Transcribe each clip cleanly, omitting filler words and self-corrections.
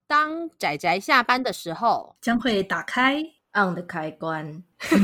当宅宅下班的时候， 将会打开 on 的开关。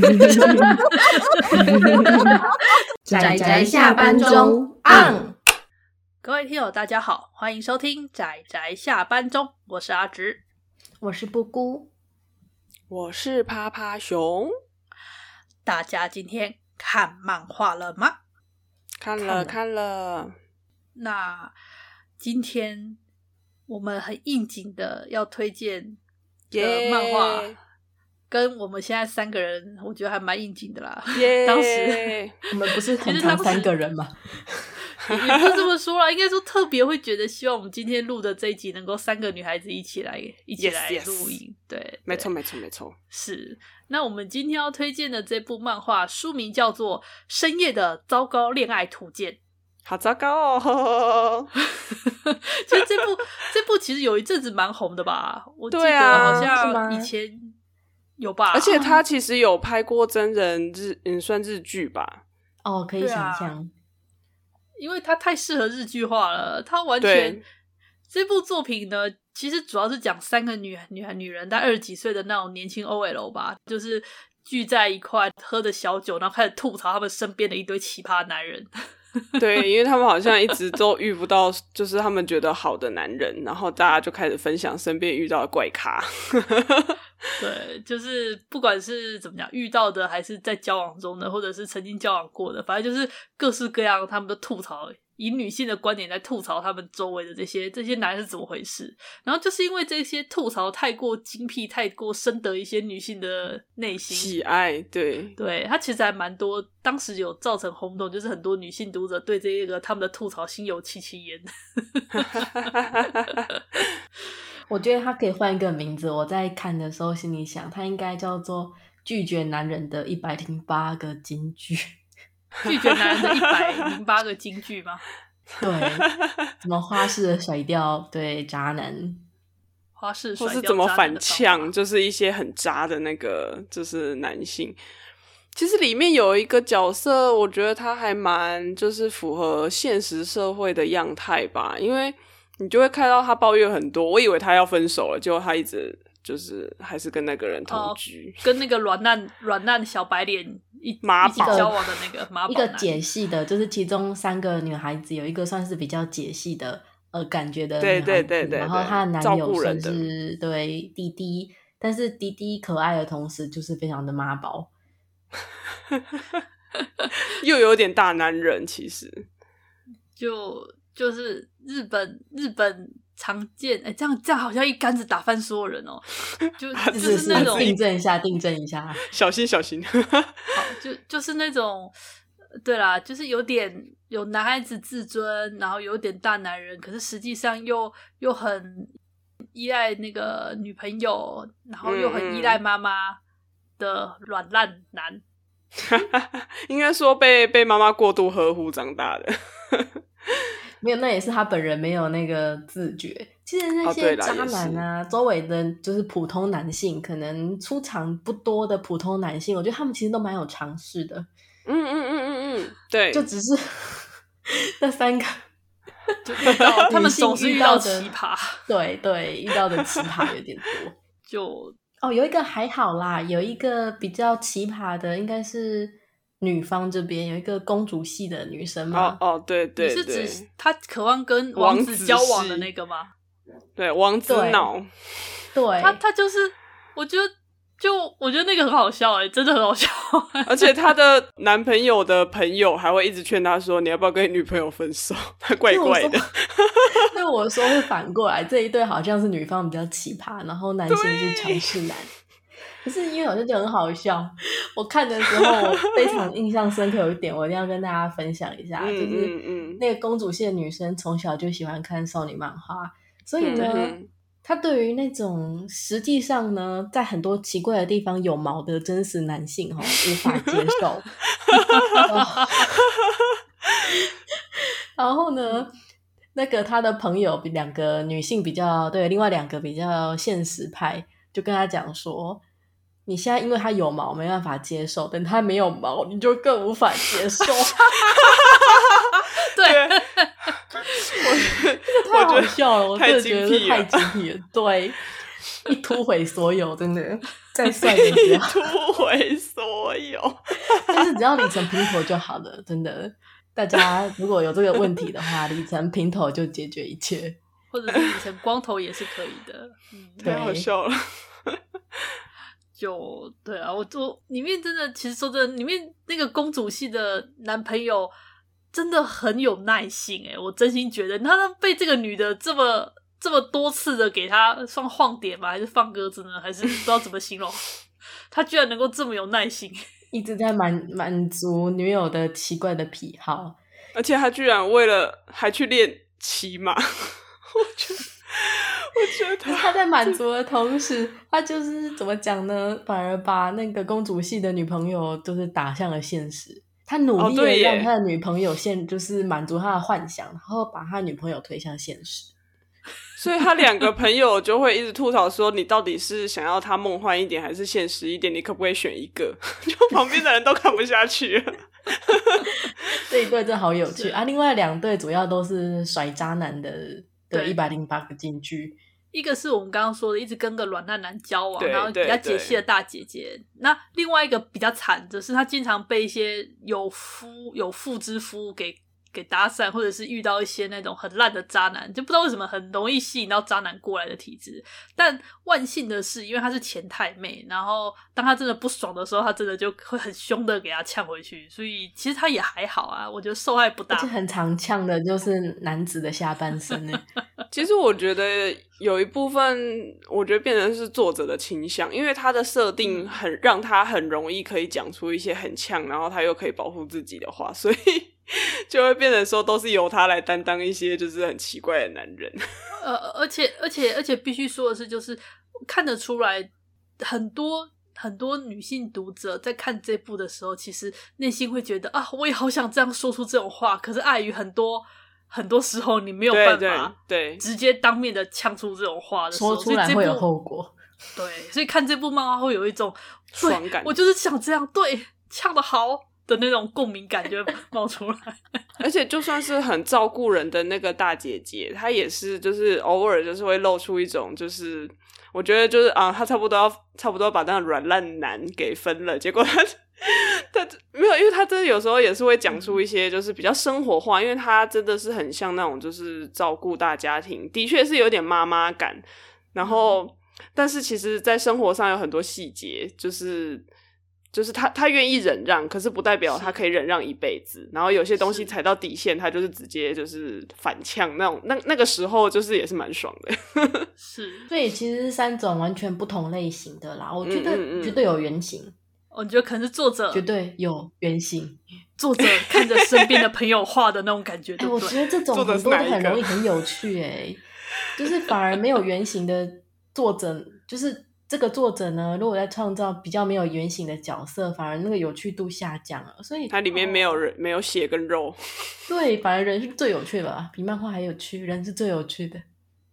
宅宅下班中 on。 各位听友大家好，欢迎收听宅宅下班中，我是阿直， 我是布姑， 我是趴趴熊。 大家今天看漫画了吗？ 看了。 那今天我们很应景的要推荐的漫画，跟我们现在三个人我觉得还蛮应景的啦。当时我们不是很常三个人吗？ 也不是这么说啦，应该说特别会觉得希望我们今天录的这一集能够三个女孩子一起来录音。对， 没错。 是，那我们今天要推荐的这部漫画书名叫做《深夜的糟糕恋爱图鉴》。 好糟糕哦！ 其实这部其实有一阵子蛮红的吧？我记得好像以前有吧。 而且他其实有拍过真人算日剧吧？ 哦，可以想象。 因为它太适合日剧化了，它完全这部作品呢，其实主要是讲三个女人，大概20几岁的那种年轻 OL 吧，就是聚在一块喝着小酒，然后开始吐槽他们身边的一堆奇葩男人。 对，因为他们好像一直都遇不到就是他们觉得好的男人，然后大家就开始分享身边遇到的怪咖。 对，就是不管是怎么讲遇到的，还是在交往中的，或者是曾经交往过的，反正就是各式各样他们的吐槽，以女性的观点在吐槽他们周围的这些男人是怎么回事。然后就是因为这些吐槽太过精辟，太过深得一些女性的内心喜爱。 对，它其实还蛮多，当时有造成轰动，就是很多女性读者对这个他们的吐槽心有戚戚焉。 我觉得他可以换一个名字，我在看的时候心里想他应该叫做拒绝男人的108个金句。 拒绝男人的108个金句吗？ 对，怎么花式的甩掉对渣男， 花式甩掉渣男的或是怎么反呛，就是一些很渣的那个就是男性。其实里面有一个角色，我觉得他还蛮就是符合现实社会的样态吧，因为你就会看到他抱怨很多，我以为他要分手了，结果他一直就是还是跟那个人同居， 跟那个软烂小白脸一起交往的那个妈宝男。 一个解析的，就是其中3个女孩子有一个算是比较解析的感觉的女孩子， 对， 然后她的男友算是对弟弟，但是弟弟可爱的同时就是非常的妈宝。 又有点大男人，其实就是日本常见，这样好像一竿子打翻所有人哦。就是那种订正一下， 小心。 好，就是那种，对啦，就是有男孩子自尊，然后有点大男人，可是实际上又很依赖那个女朋友，然后又很依赖妈妈的软烂男。 应该说被妈妈过度呵护长大的。 没有，那也是他本人没有那个自觉。其实那些渣男啊，周围的就是普通男性，可能出场不多的普通男性，我觉得他们其实都蛮有尝试的。 对， 就只是那3个就遇到他们总是遇到奇葩。 对，遇到的奇葩有点多。有一个还好啦，有一个比较奇葩的应该是女方这边有一个公主系的女生嘛。 对， 你是指她渴望跟王子交往的那个吗？ 对，王子脑。 对， 她就是我觉得那个很好笑真的很好笑。 而且她的男朋友的朋友还会一直劝她说你要不要跟你女朋友分手，她怪怪的。 那我说会反过来，这一对好像是女方比较奇葩，然后男性是强势男。可是因为我就觉得很好笑，我看的时候我非常印象深刻，有一点我一定要跟大家分享一下，就是那个公主系的女生从小就喜欢看少女漫画，所以呢她对于那种实际上呢在很多奇怪的地方有毛的真实男性无法接受。然后呢那个她的朋友2个女性比较对，另外2个比较现实派，就跟她讲说你现在因为他有毛没办法接受，等他没有毛你就更无法接受。 对， 太好笑了，我真的觉得太太精辟了。对，一突毁所有，真的再帅的不要， 突毁所有。 但是只要里程平头就好了，真的。大家如果有这个问题的话，里程平头就解决一切， 或者是里程光头也是可以的。 太好笑了。 就对啊，我里面真的，其实说真的，里面那个公主系的男朋友真的很有耐性我真心觉得他被这个女的这么多次的给他算晃点吗？还是放鸽子呢？还是不知道怎么形容？他居然能够这么有耐心， 一直在满足女友的奇怪的癖好， 而且他居然为了还去练骑马，我觉得他在满足的同时，他就是怎么讲呢？反而把那个公主系的女朋友就是打向了现实。他努力的让他的女朋友就是满足他的幻想，然后把他女朋友推向现实。 所以他两个朋友就会一直吐槽说，你到底是想要他梦幻一点还是现实一点？你可不可以选一个？就旁边的人都看不下去了。 这一对真的好有趣啊！另外两对主要都是甩渣男的108个金句。 一个是我们刚刚说的一直跟个软烂男交往，然后比较解气的大姐姐。那另外一个比较惨的是，她经常被一些有妇之夫给搭讪，或者是遇到一些那种很烂的渣男，就不知道为什么很容易吸引到渣男过来的体质。但万幸的是，因为她是前太妹，然后当她真的不爽的时候，她真的就会很凶的给她呛回去，所以其实她也还好啊，我觉得受害不大。 而且很常呛的就是男子的下半身其实我觉得有一部分，我觉得变成是作者的倾向，因为他的设定让他很容易可以讲出一些很呛，然后他又可以保护自己的话，所以就会变成说都是由他来担当一些就是很奇怪的男人。 而且必须说的是，就是看得出来很多女性读者在看这部的时候，其实内心会觉得啊，我也好想这样说出这种话，可是碍于很多时候你没有办法对直接当面的呛出这种话的时候， 说出来会有后果。 对，所以看这部漫画会有一种爽感， 我就是想这样，对，呛得好的那种共鸣感就会冒出来。 而且就算是很照顾人的那个大姐姐，她也是就是偶尔就是会露出一种就是我觉得就是她差不多把那个软烂男给分了，结果他没有，因为他真的有时候也是会讲出一些就是比较生活化，因为他真的是很像那种就是照顾大家庭，的确是有点妈妈感，然后但是其实在生活上有很多细节，就是他愿意忍让，可是不代表他可以忍让一辈子，然后有些东西踩到底线他就是直接就是反呛那种，那个时候就是也是蛮爽的。 是， 所以其实是3种完全不同类型的啦，我觉得绝对有原型。 我觉得可能是作者绝对有原型， 作者看着身边的朋友画的那种感觉，对不对？ 我觉得这种很多都很容易很有趣就是反而没有原型的作者，就是这个作者呢，如果在创造比较没有原型的角色，反而那个有趣度下降了，所以它里面没有人，没有血跟肉。 对，反而人是最有趣的吧，比漫画还有趣，人是最有趣的。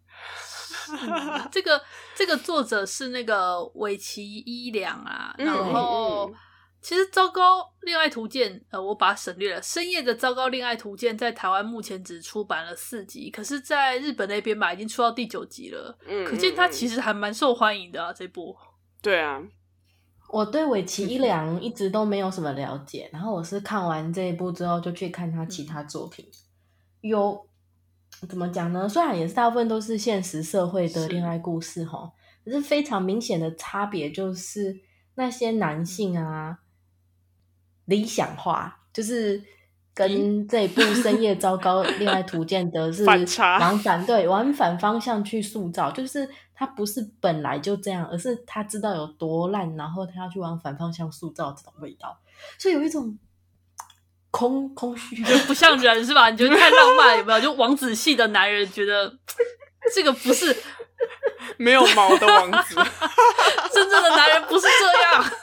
这个作者是那个尾崎一良啊，然后其实《糟糕恋爱图鉴》我把它省略了。深夜的糟糕恋爱图鉴在台湾目前只出版了4集，可是在日本那边吧已经出到第9集了，可见它其实还蛮受欢迎的啊，这部。对啊， 我对尾崎一良一直都没有什么了解，然后我是看完这一部之后就去看他其他作品，有怎么讲呢？虽然也是大部分都是现实社会的恋爱故事齁，可是非常明显的差别就是那些男性啊理想化，就是跟这一部《深夜糟糕恋爱图鉴》的是往反方向去塑造，就是他不是本来就这样，而是他知道有多烂，然后他要去往反方向塑造这种味道，所以有一种空虚， 就不像人是吧？你觉得太浪漫有没有？就王子系的男人觉得这个不是没有毛的王子， 真正的男人不是这样。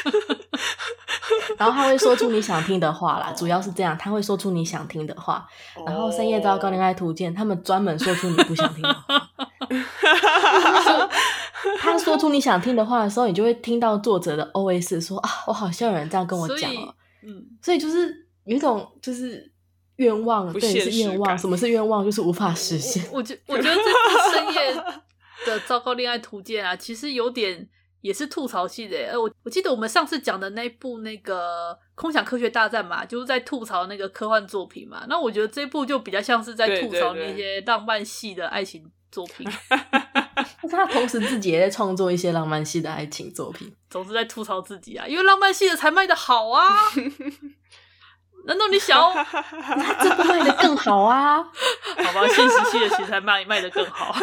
然后他会说出你想听的话啦，主要是这样，他会说出你想听的话。然后《深夜糟糕恋爱图鉴》他们专门说出你不想听的话。他说出你想听的话的时候，你就会听到作者的 OS 说啊，我好像有人这样跟我讲哦。所以就是有一种就是愿望， 不对，是现实愿望。 感什么是愿望？就是无法实现。 我觉得这部深夜的糟糕恋爱图鉴啊，其实有点也是吐槽系的耶。我记得我们上次讲的那部那个空想科学大战嘛，就是在吐槽那个科幻作品嘛。那我觉得这部就比较像是在吐槽那些浪漫系的爱情作品。 但是他同时自己也在创作一些浪漫系的爱情作品， 总是在吐槽自己啊，因为浪漫系的才卖得好啊。难道你想要这部卖得更好啊？ 好吧，现实系的其实才卖得更好。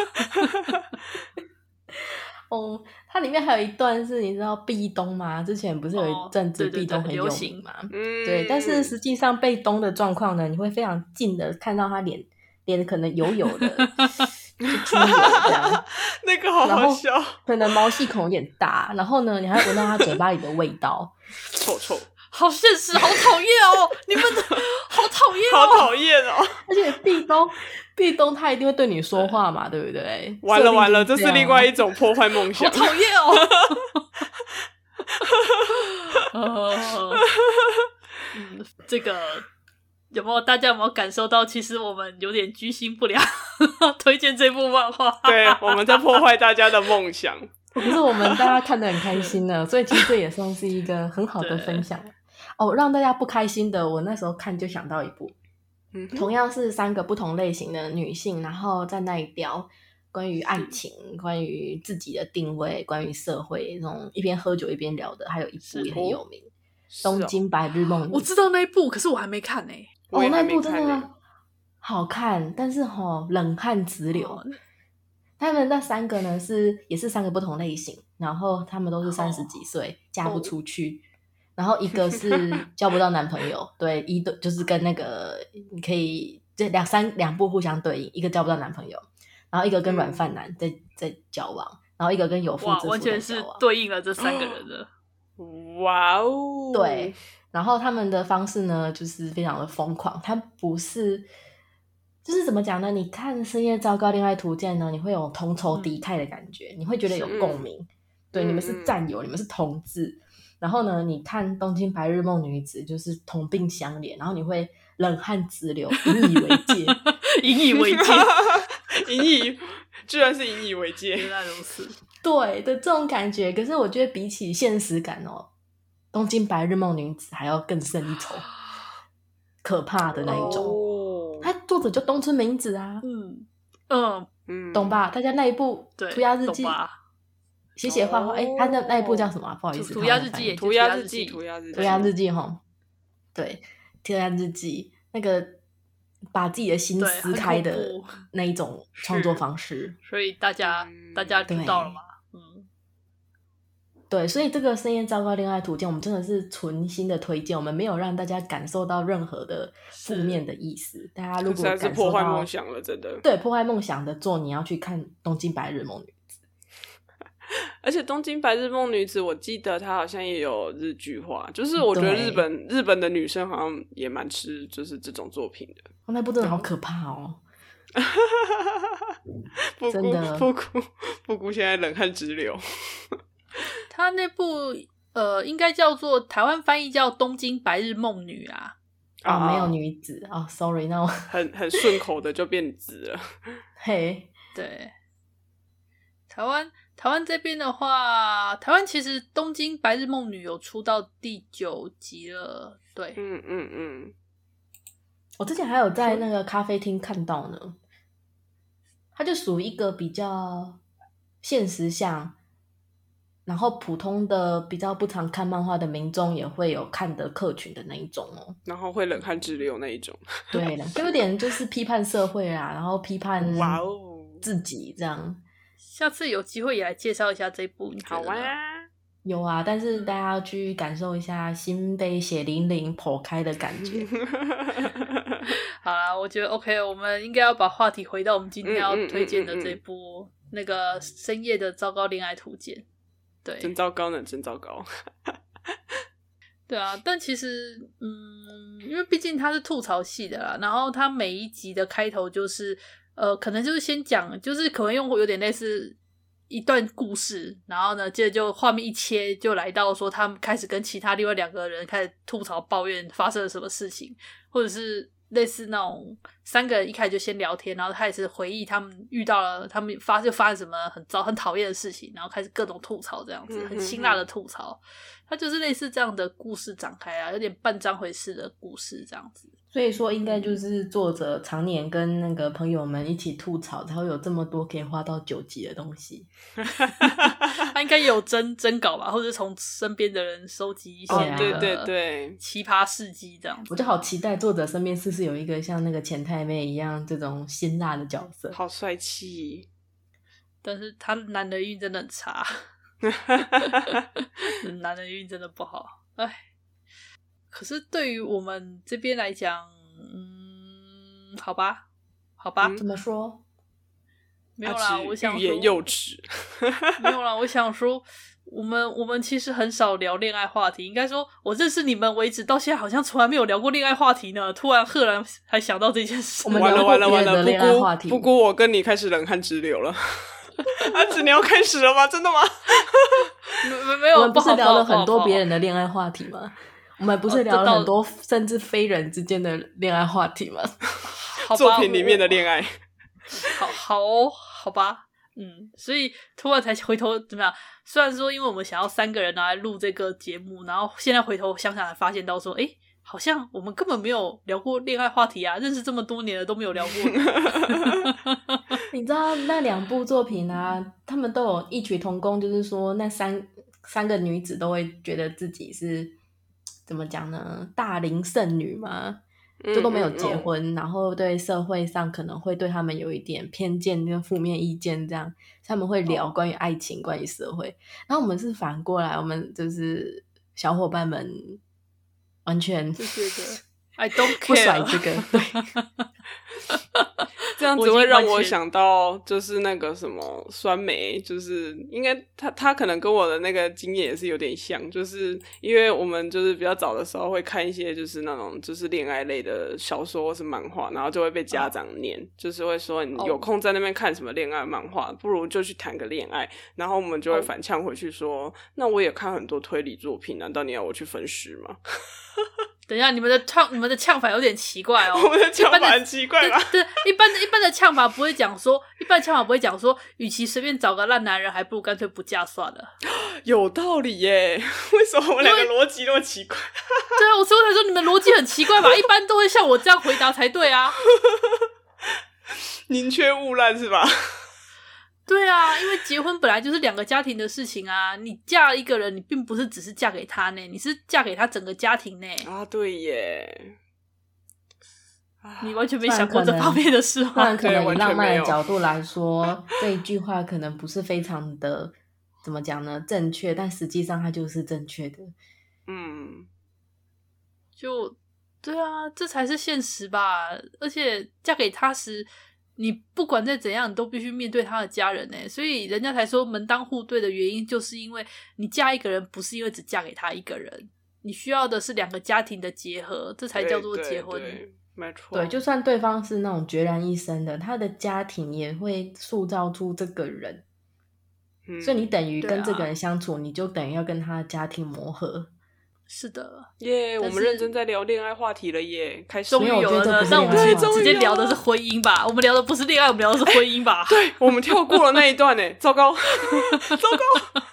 哦，它里面还有一段是你知道壁咚吗？之前不是有一阵子壁咚很有名吗？对，但是实际上被咚的状况呢，你会非常近的看到他脸可能油油的，就出油这样， 那个好好笑， 可能毛细孔有点大，然后呢，你还闻到他嘴巴里的味道， 臭。 好现实，好讨厌哦！你们好讨厌好讨厌哦！ 而且壁咚他一定会对你说话嘛，对不对？ 完了，这是另外一种破坏梦想， 好讨厌哦！这个大家有没有感受到？其实我们有点居心不良，推荐这部漫画。 对，我们在破坏大家的梦想。 可是我们大家看得很开心呢，所以其实这也算是一个很好的分享。哦，让大家不开心的，我那时候看就想到一部，同样是3个不同类型的女性，然后在那里聊关于爱情、关于自己的定位、关于社会，那种一边喝酒一边聊的，还有一部也很有名，东京白日梦女》。 我知道那一部，可是我还没看呢。 哦，那一部真的好看，但是冷汗直流。他们那3个呢也是3个不同类型，然后他们都是30几岁，嫁不出去。然后一个是交不到男朋友，对，就是跟那个你可以这两部互相对应，一个交不到男朋友，然后一个跟软饭男在交往，然后一个跟有妇之夫完全是对应了这3个人的。 哇哦！ 对，然后他们的方式呢，就是非常的疯狂，他不是。就是怎么讲呢？你看《深夜糟糕恋爱图鉴》呢，你会有同仇敌忾的感觉，你会觉得有共鸣。对，你们是战友，你们是同志。然后呢，你看《东京白日梦女子》，就是同病相怜，然后你会冷汗直流，引以为戒， 引以为戒， 居然是引以为戒， 原来如此。 对的这种感觉。可是我觉得比起现实感《东京白日梦女子》还要更胜一筹，可怕的那一种。他作者就东村明子啊，懂吧？大家那一部《涂鸦日记》，写画画，他那一部叫什么？不好意思， 涂鸦日记， 涂鸦日记哈，对，涂鸦日记那个把自己的心撕开的那一种创作方式， 所以大家知道了吗？ 对，所以这个《深夜糟糕恋爱图鉴》，我们真的是纯心的推荐，我们没有让大家感受到任何的负面的意思。大家如果感受到是破坏梦想了，真的对破坏梦想的你要去看《东京白日梦女子》。 而且《东京白日梦女子》，我记得它好像也有日剧化，就是我觉得日本的女生好像也蛮吃就是这种作品的。 那部真的好可怕哦！真的布谷现在冷汗直流。 他那部应该叫做台湾翻译叫《东京白日梦女》啊。 没有女子哦 ，sorry， 那我很顺口的就变子了。 嘿， 对，台湾这边的话，台湾其实《东京白日梦女》有出到第9集了。对， 我之前还有在那个咖啡厅看到呢，它就属于一个比较现实向。然后普通的比较不常看漫画的民众也会有看的客群的那一种然后会冷汗直流那一种。 对了，就有点就是批判社会啊，然后批判自己这样。 下次有机会也来介绍一下这部，你觉得呢？ 好啊， 有啊，但是大家要去感受一下心被血淋淋剖开的感觉。 好啦，我觉得 OK， 我们应该要把话题回到我们今天要推荐的这部那个深夜的糟糕恋爱图鉴。对， 真糟糕呢，真糟糕。 对啊，但其实因为毕竟它是吐槽系的啦，然后它每一集的开头就是可能就是先讲，就是可能用有点类似一段故事，然后呢接着就画面一切就来到说他们开始跟其他另外2个人开始吐槽抱怨发生了什么事情，或者是类似那种3个人一开始就先聊天，然后开始回忆他们遇到了他们发生什么很讨厌的事情，然后开始各种吐槽这样子，很辛辣的吐槽。它就是类似这样的故事展开啊，有点半章回式的故事这样子。 所以说应该就是作者常年跟那个朋友们一起吐槽，才会有这么多可以画到9集的东西。 他应该有真稿吧，或者从身边的人收集一些对奇葩事迹这样子。 我就好期待作者身边是不是有一个像那个钱太妹一样这种辛辣的角色， 好帅气。 但是他男人运真的很差，男人运真的不好，哎。可是对于我们这边来讲，好吧， 怎么说？ 没有啦，我想说欲言又止。 没有啦，我想说，我们其实很少聊恋爱话题。应该说，我认识你们为止，到现在好像从来没有聊过恋爱话题呢。突然赫然还想到这件事， 我们聊过别人的恋爱话题， 不过我跟你开始冷汗直流了。阿紫，你要开始了吗？真的吗？ 没有， 我们不是聊了很多别人的恋爱话题吗？我们不是聊了很多甚至非人之间的恋爱话题吗？ 作品里面的恋爱。 好吧，所以突然才回头怎么样？虽然说因为我们想要3个人拿来录这个节目，然后现在回头想想才发现到说，好像我们根本没有聊过恋爱话题啊！认识这么多年了都没有聊过。 你知道那2部作品啊，他们都有异曲同工，就是说那三个女子都会觉得自己是怎么讲呢？大龄剩女嘛，就都没有结婚，然后对社会上可能会对他们有一点偏见跟负面意见，这样他们会聊关于爱情、关于社会。然后我们是反过来，我们就是小伙伴们完全就觉得 I don't care 不甩这个，对。 这样子会让我想到就是那个什么酸梅，就是应该他可能跟我的那个经验也是有点像，就是因为我们就是比较早的时候会看一些就是那种就是恋爱类的小说或是漫画，然后就会被家长念，就是会说你有空在那边看什么恋爱漫画，不如就去谈个恋爱，然后我们就会反呛回去说，那我也看很多推理作品，难道你要我去分尸吗？ 等一下，你们的呛法有点奇怪哦。 我们的呛法很奇怪吧？ 对，一般的呛法不会讲说，与其随便找个烂男人，还不如干脆不嫁算了。 有道理耶，为什么我们两个逻辑那么奇怪？ 对啊，所以我才说你们逻辑很奇怪吧？一般都会像我这样回答才对啊。 宁缺毋滥是吧？ 对啊，因为结婚本来就是2个家庭的事情啊，你嫁一个人，你并不是只是嫁给他呢，你是嫁给他整个家庭呢。 啊，对耶， 你完全没想过这方面的事吗？ 当然可能以浪漫的角度来说，这一句话可能不是非常的怎么讲呢正确，但实际上它就是正确的。 就对啊，这才是现实吧。而且嫁给他时，你不管再怎样，你都必须面对他的家人欸，所以人家才说门当户对的原因，就是因为你嫁一个人，不是因为只嫁给他一个人，你需要的是2个家庭的结合，这才叫做结婚。 对，没错。 对，就算对方是那种决然一生的，他的家庭也会塑造出这个人，所以你等于跟这个人相处，你就等于要跟他的家庭磨合。 是的， 耶，我们认真在聊恋爱话题了耶，开始终于有了呢。那我们直接聊的是婚姻吧？我们聊的不是恋爱，我们聊的是婚姻吧？ 对，我们跳过了那一段耶，糟糕，糟糕。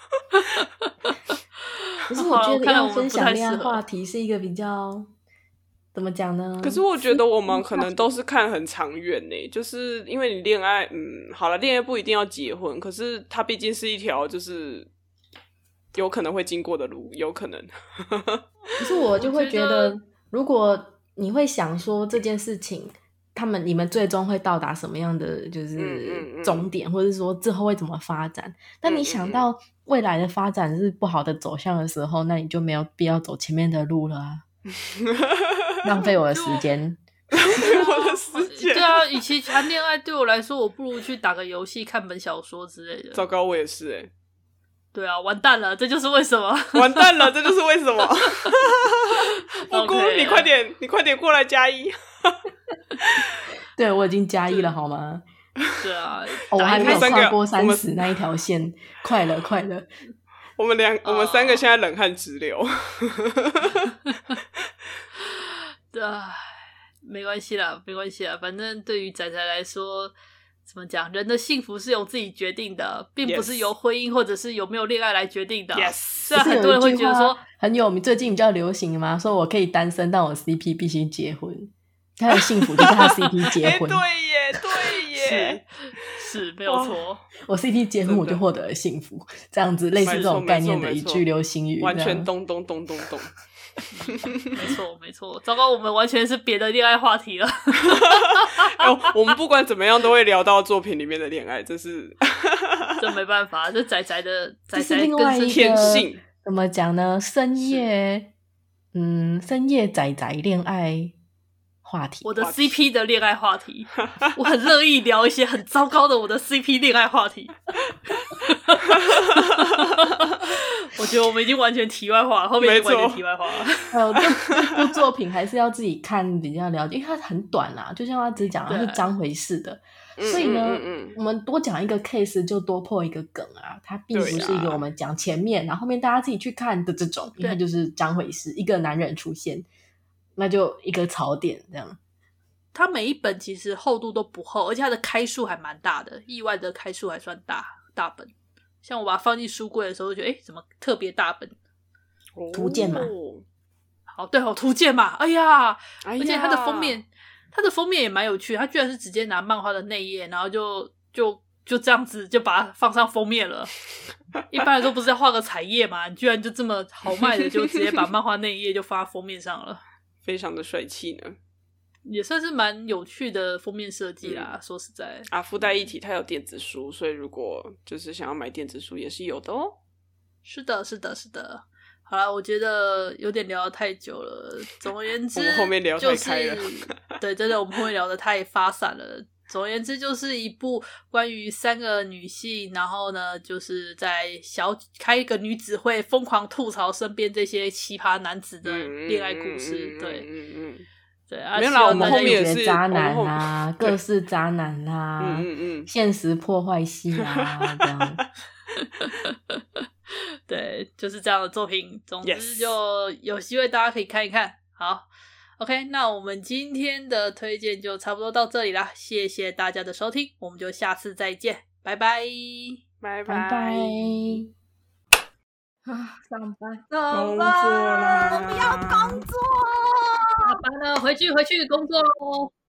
可是我觉得要分享恋爱话题是一个比较怎么讲呢？ 可是我觉得我们可能都是看很长远耶，就是因为你恋爱，好了，恋爱不一定要结婚，可是它毕竟是一条就是有可能会经过的路，有可能。 可是我就会觉得，如果你会想说这件事情，你们最终会到达什么样的就是终点，或者说之后会怎么发展？但你想到未来的发展是不好的走向的时候，那你就没有必要走前面的路了啊！浪费我的时间。 我的时间。 对啊，与其谈恋爱，对我来说，我不如去打个游戏、看本小说之类的。 糟糕，我也是耶。 对啊，完蛋了，这就是为什么。 完蛋了，这就是为什么。布姑，你快点过来加一。 对，我已经加一了，好吗？ 对啊， 我还没有跨过30那一条线，快了。 我们3个现在冷汗直流。 对， 没关系啦，没关系啦，反正对于仔仔来说，怎么讲，人的幸福是由自己决定的，并不是由婚姻或者是有没有恋爱来决定的。 Yes， 虽然很多人会觉得说很有名，最近比较流行嘛，说我可以单身，但我 CP 必须结婚。他的幸福就是他 CP 结婚。 对耶，对耶， 是没有错。 我 CP 结婚我就获得了幸福，这样子类似这种概念的一句流行语， 完全咚咚咚咚咚。 没错没错，糟糕，我们完全是别的恋爱话题了。 我们不管怎么样都会聊到作品里面的恋爱，这是这没办法，这仔仔的仔仔另外一个天性。 怎么讲呢？深夜仔仔恋爱话题， 我的 CP 的恋爱话题，我很乐意聊一些很糟糕的我的 CP 恋爱话题。我觉得我们已经完全题外话了，后面已经完全题外话了。 这部作品还是要自己看比较了解，因为它很短啦，就像他只讲它是章回式的，所以呢，我们多讲一个 case 就多破一个梗啊，它并不是一个我们讲前面，然后后面大家自己去看的这种，因为它就是章回式，一个男人出现，那就一个槽点这样。 它每一本其实厚度都不厚，而且它的开数还蛮大的，意外的开数还算大本。像我把它放进书柜的时候，就觉得怎么特别大本？ 图鉴嘛， 好，对哦，图鉴嘛，哎呀，而且它的封面也蛮有趣的，它居然是直接拿漫画的内页，然后就这样子就把它放上封面了。一般来说不是要画个彩页嘛？你居然就这么豪迈的就直接把漫画内页就放在封面上了， 非常的帅气呢。 也算是蛮有趣的封面设计啦，说实在啊，附带一提它有电子书，所以如果就是想要买电子书也是有的哦。 是的。好啦，我觉得有点聊得太久了。总而言之， 我们后面聊太开了。 对，真的，我们后面聊得太发散了。总而言之，就是一部关于3个女性，然后呢，就是在开一个女子会，疯狂吐槽身边这些奇葩男子的恋爱故事。对，对啊， 没有啦，我们后面也是渣男啊，各式渣男啊，现实破坏系啊，这样。 对，就是这样的作品。总之就有机会大家可以看一看。好 ，OK， 那我们今天的推荐就差不多到这里啦，谢谢大家的收听，我们就下次再见，拜拜， 拜拜。 上班， 工作啦， 我不要工作， 下班了，回去工作咯。